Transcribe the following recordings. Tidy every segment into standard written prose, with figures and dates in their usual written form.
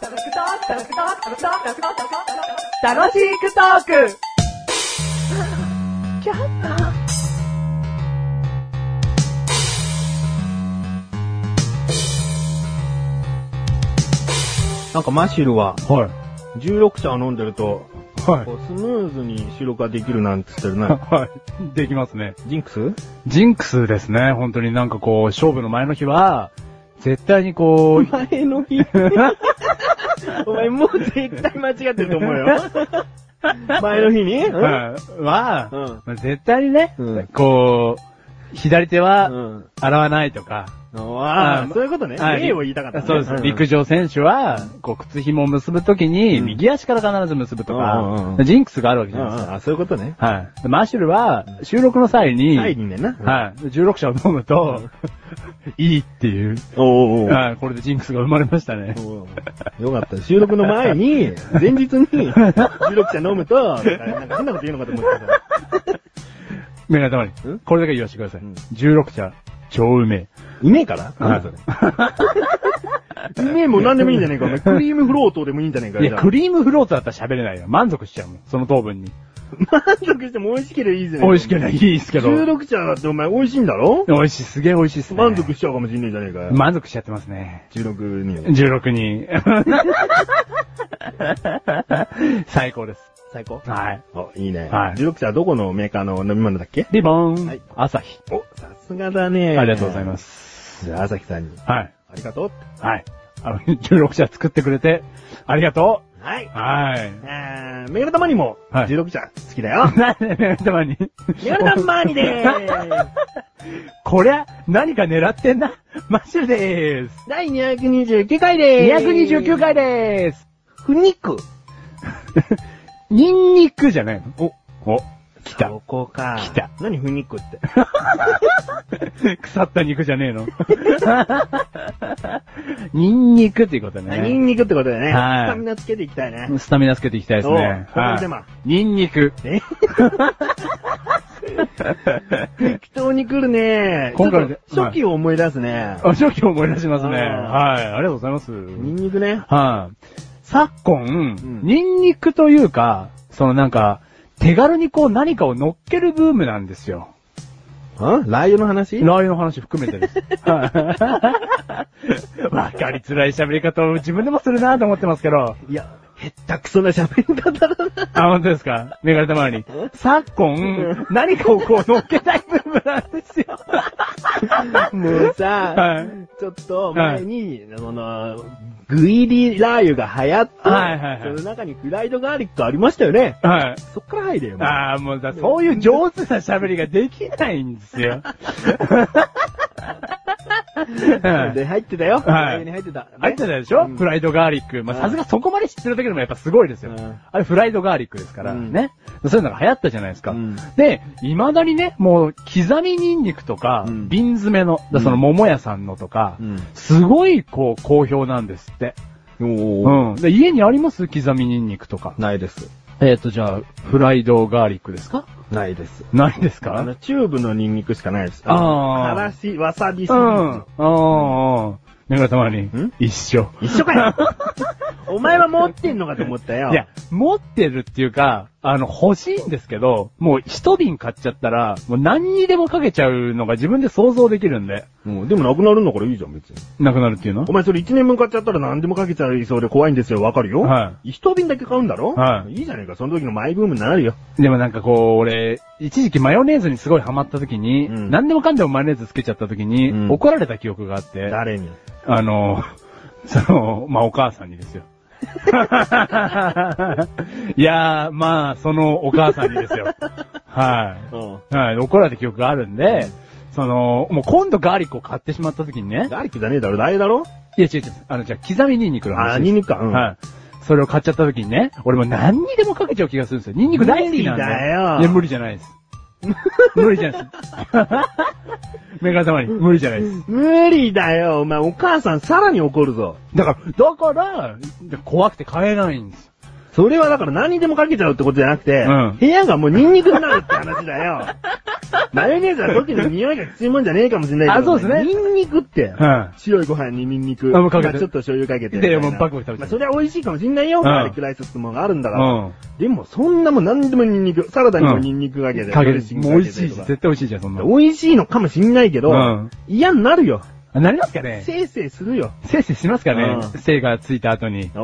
楽しくトークなんかマシルは、 はい。 16茶を飲んでると、 はい。 こうスムーズに収録ができるなんて言ってるな。 はい。できますね。 ジンクスジンクスですね。本当になんかこう、勝負の前の日は、絶対にこう、 前の日お前もう絶対間違ってると思うよ。前の日に絶対にね、こう、左手は、洗わないとか、 そういうことね。例を言いたかったね。 そうです。陸上選手は、こう、靴紐を結ぶときに、右足から必ず結ぶとか、ジンクスがあるわけじゃないですか。 そういうことね。 はい。マッシュルは、収録の際に、 ねな。 はい。16茶を飲むと、いいっていう。はい。これでジンクスが生まれましたね。 よかった。収録の前に、前日に、16茶飲むと、なんか変なこと言うのかと思ってた。 メガネたまに。これだけ言わせてください。16茶、超うめえ。 うめえから何それ。うめえもん何でもいいんじゃねえか。お前クリームフロートでもいいんじゃねえか。 いや、クリームフロートだったら喋れないよ。満足しちゃうもん。その糖分に。 満足しても美味しければいいじゃねえか。 美味しければいいですけど。 16茶だってお前美味しいんだろ？ 美味しい。すげえ美味しいっすね。 満足しちゃうかもしんねえじゃねえかよ。 満足しちゃってますね。 16に。 16に。最高です。 最高？ はい。 お、いいね。 はい。 16茶はどこのメーカーの飲み物だっけ？ リボン。 はい。 朝日。 お、さすがだね。 ありがとうございます。 じゃあ、朝日さんに。 はい。 ありがとう。 はい。16茶作ってくれて、ありがとう。 はい。 はい。 メガネたまにも、16茶好きだよ。 なんでメガネたまにメガネたまにでーす。 こりゃ、何か狙ってんな。マッシュルでーす。 第229回でーす。 229回でーす。 不肉。 ニンニクじゃないの？お、来た。 ここか。 来た。 何不肉って。 腐った肉じゃねえの。ニンニクっていうことね。 ニンニクってことだね。 はい。 スタミナつけていきたいね。 スタミナつけていきたいですね。 はい。 ニンニク。 適当に来るね。今回、初期を思い出すね。 初期を思い出しますね。はい。ありがとうございます。 ニンニクね。 はい。昨今、ニンニクというか、そのなんか、手軽にこう何かを乗っけるブームなんですよ。 ラー油の話？ ラー油の話含めてです。わかりづらい喋り方を自分でもするなと思ってますけど。 いや、へったくそな喋り方だな。 あ、本当ですか？メガネたまに。昨今、何かをこう乗っけたいブームなんですよ。 もうさ、ちょっと前に、具入りラー油が流行って、その中にフライドガーリックありましたよね。 はい。 そっから入れよ。 もうそういう上手な喋りができないんですよ。 で、入ってたよ。 はい。入ってたでしょ？フライドガーリック。まあ、さすがそこまで知ってるだけでもやっぱすごいですよ。あれフライドガーリックですからね。そういうのが流行ったじゃないですか。で、未だにね、もう刻みニンニクとか、瓶詰めの、その桃屋さんのとか、すごいこう好評なんですって。で、家にあります？刻みニンニクとか。 ないです。 じゃあ、フライドガーリックですか？ ないです。 ないですか？ チューブのニンニクしかないです。からし、わさびシリーズ。 メガネたまに。一緒かよ。お前は持ってんのかと思ったよ。 いや、持ってるっていうか、欲しいんですけど、もう一瓶買っちゃったら、もう何にでもかけちゃうのが自分で想像できるんで。 でもなくなるんだからいいじゃん、別に。 なくなるっていうの？ お前それ1年分買っちゃったら何でもかけちゃいそうで怖いんですよ、わかるよ。 はい。 一瓶だけ買うんだろ？ はい。 いいじゃねえか、その時のマイブームになるよ。 でもなんかこう、俺、一時期マヨネーズにすごいハマった時に、何でもかんでもマヨネーズつけちゃった時に、怒られた記憶があって。 誰に？ まあ、お母さんにですよ。いやー、まあ、そのお母さんにですよ。はい。はい。怒られた記憶があるんで、もう今度ガーリックを買ってしまった時にね。 ガーリックじゃねえだろ、ラー油だろ？ いや、違う。じゃあ、刻みニンニクの話。 ニンニクか。 はい。それを買っちゃった時にね、俺も何にでもかけちゃう気がするんですよ。ニンニク大好きなんで。 無理だよ。 いや、無理じゃないです。無理じゃないです。メガネたまに、無理じゃないです。 無理だよ。お前、お母さんさらに怒るぞ。 だから、怖くて買えないんですよ。 それはだから何にでもかけちゃうってことじゃなくて、部屋がもうニンニクになるって話だよ。 マヨネーズは時の匂いがきついもんじゃねえかもしれないけど。 あ、そうですね。 ニンニクって、白いご飯にニンニク。ちょっと醤油かけて。 で、もうバクバク食べて。 まあ、それは美味しいかもしれないよ。ガーリックライスってものがあるんだから。でも、そんなもん何でもニンニク。サラダにもニンニクかけて。 かけて。もう美味しいし、絶対美味しいじゃん、そんな。 美味しいのかもしれないけど、嫌になるよ。 なりますかね？ せいせいするよ。 せいせいしますかね？せいがついた後に。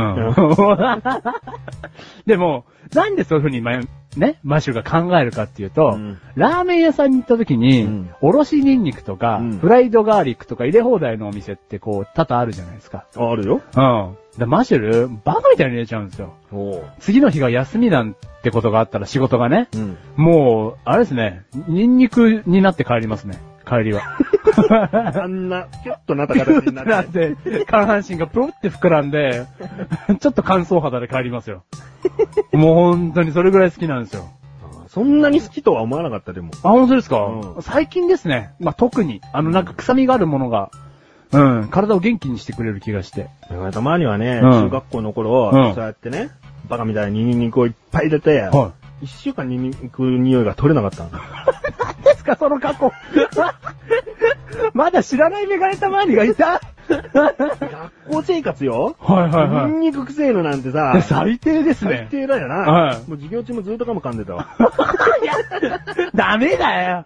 でも、なんでそういう風にね、マッシュが考えるかっていうと、ラーメン屋さんに行った時に、おろしニンニクとか、フライドガーリックとか入れ放題のお店ってこう、多々あるじゃないですか。 あるよ。 マッシュル、バカみたいに入れちゃうんですよ。次の日が休みなんてことがあったら仕事がね、もう、あれですね、ニンニクになって帰りますね。帰りは。 あんな、キュッとなった形になって。 下半身がプロって膨らんで、ちょっと乾燥肌で帰りますよ。もう本当にそれぐらい好きなんですよ。 そんなに好きとは思わなかったでも。 あ、本当ですか？最近ですね。まあ、特に、なんか臭みがあるものが、体を元気にしてくれる気がして。 たまにはね、中学校の頃、そうやってね、バカみたいにニンニクをいっぱい入れて、一週間ニンニク匂いが取れなかったの。 何ですか、その過去。まだ知らないメガネたまわりがいた。 学校生活よ。ニンニク臭いのなんてさ。 最低ですね。 最低だよな。もう授業中もずっとガム噛んでたわ。 ダメだよ。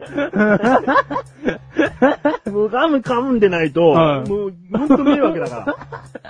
もうガム噛んでないと、もうほんと迷惑だから。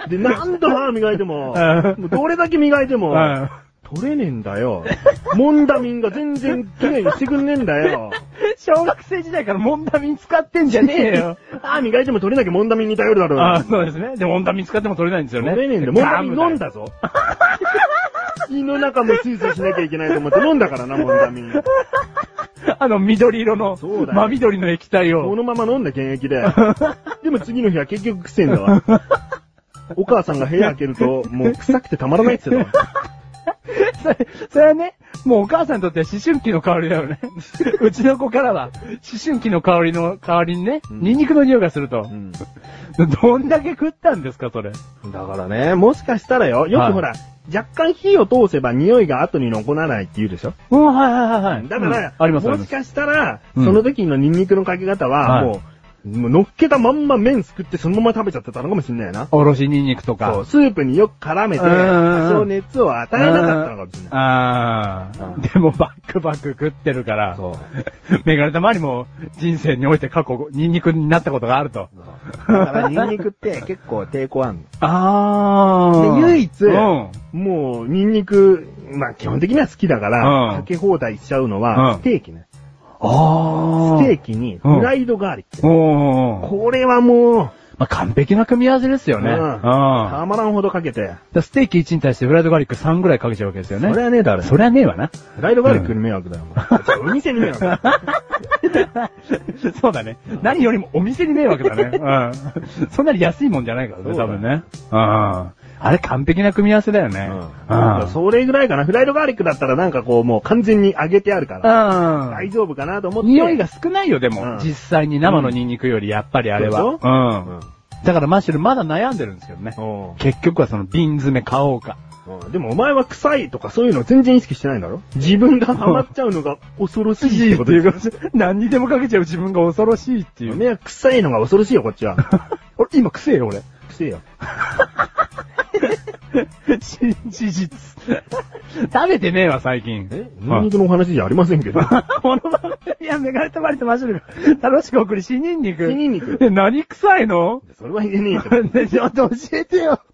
で、何度歯磨いても、もうどれだけ磨いても、取れねえんだよ。モンダミンが全然綺麗にしてくんねえんだよ。 小学生時代からモンダミン使ってんじゃねえよ。 磨いても取れなきゃモンダミンに頼るだろう。 そうですね。で、モンダミン使っても取れないんですよね。 取れねえんだよ。モンダミン飲んだぞ。胃の中もスイスイしなきゃいけないと思って飲んだからな、モンダミン。 緑色の、真緑の液体を。 このまま飲んだ原液で。でも次の日は結局臭いんだわ。お母さんが部屋開けると、もう臭くてたまらないって言ってたわ。 それはね、もうお母さんにとっては思春期の香りだよね。うちの子からは、思春期の香りの代わりにね、ニンニクの匂いがすると。どんだけ食ったんですか、それ。 だからね、もしかしたらよ、よくほら、若干火を通せば匂いが後に残らないって言うでしょ？ はい。 だから、もしかしたら、その時のニンニクのかけ方は、もう乗っけたまんま麺すくってそのまま食べちゃってたのかもしんないよな。 おろしニンニクとか。 そう、スープによく絡めて、多少熱を与えなかったのかもしんない。でもバックバック食ってるから、メガネたまにも人生において過去ニンニクになったことがあると。 だからニンニクって結構抵抗あんの。で、唯一、もうニンニク、まあ基本的には好きだから、かけ放題しちゃうのは、ステーキね。ステーキにフライドガーリック。これはもう、 まあ、完璧な組み合わせですよね。 たまらんほどかけて。 ステーキ1に対してフライドガーリック3ぐらいかけちゃうわけですよね。 それはねえだろ。 それはねえわな。 フライドガーリックに迷惑だよ。お店に迷惑だ。 そうだね。何よりもお店に迷惑だね。そんなに安いもんじゃないからね、多分ね。あれ完璧な組み合わせだよね。 それぐらいかな。フライドガーリックだったらなんかこうもう完全に揚げてあるから。大丈夫かなと思って。 匂いが少ないよ、でも。実際に生のニンニクよりやっぱりあれは。だからマッシュルまだ悩んでるんですけどね。結局はその瓶詰め買おうか。 でもお前は臭いとかそういうの全然意識してないんだろ？自分がハマっちゃうのが恐ろしいってことですか？ 何にでもかけちゃう自分が恐ろしいっていう。 お前は臭いのが恐ろしいよ、こっちは。 俺、今臭えよ、俺。 臭えよ。 真実。食べてねえわ、最近。 ニンニクのお話じゃありませんけど。 いや、メガネたまりとマッシュルが楽しく送り、死ニンニク。 死ニンニク。 何臭いの？ それは言えねえよ。 ちょっと教えてよ。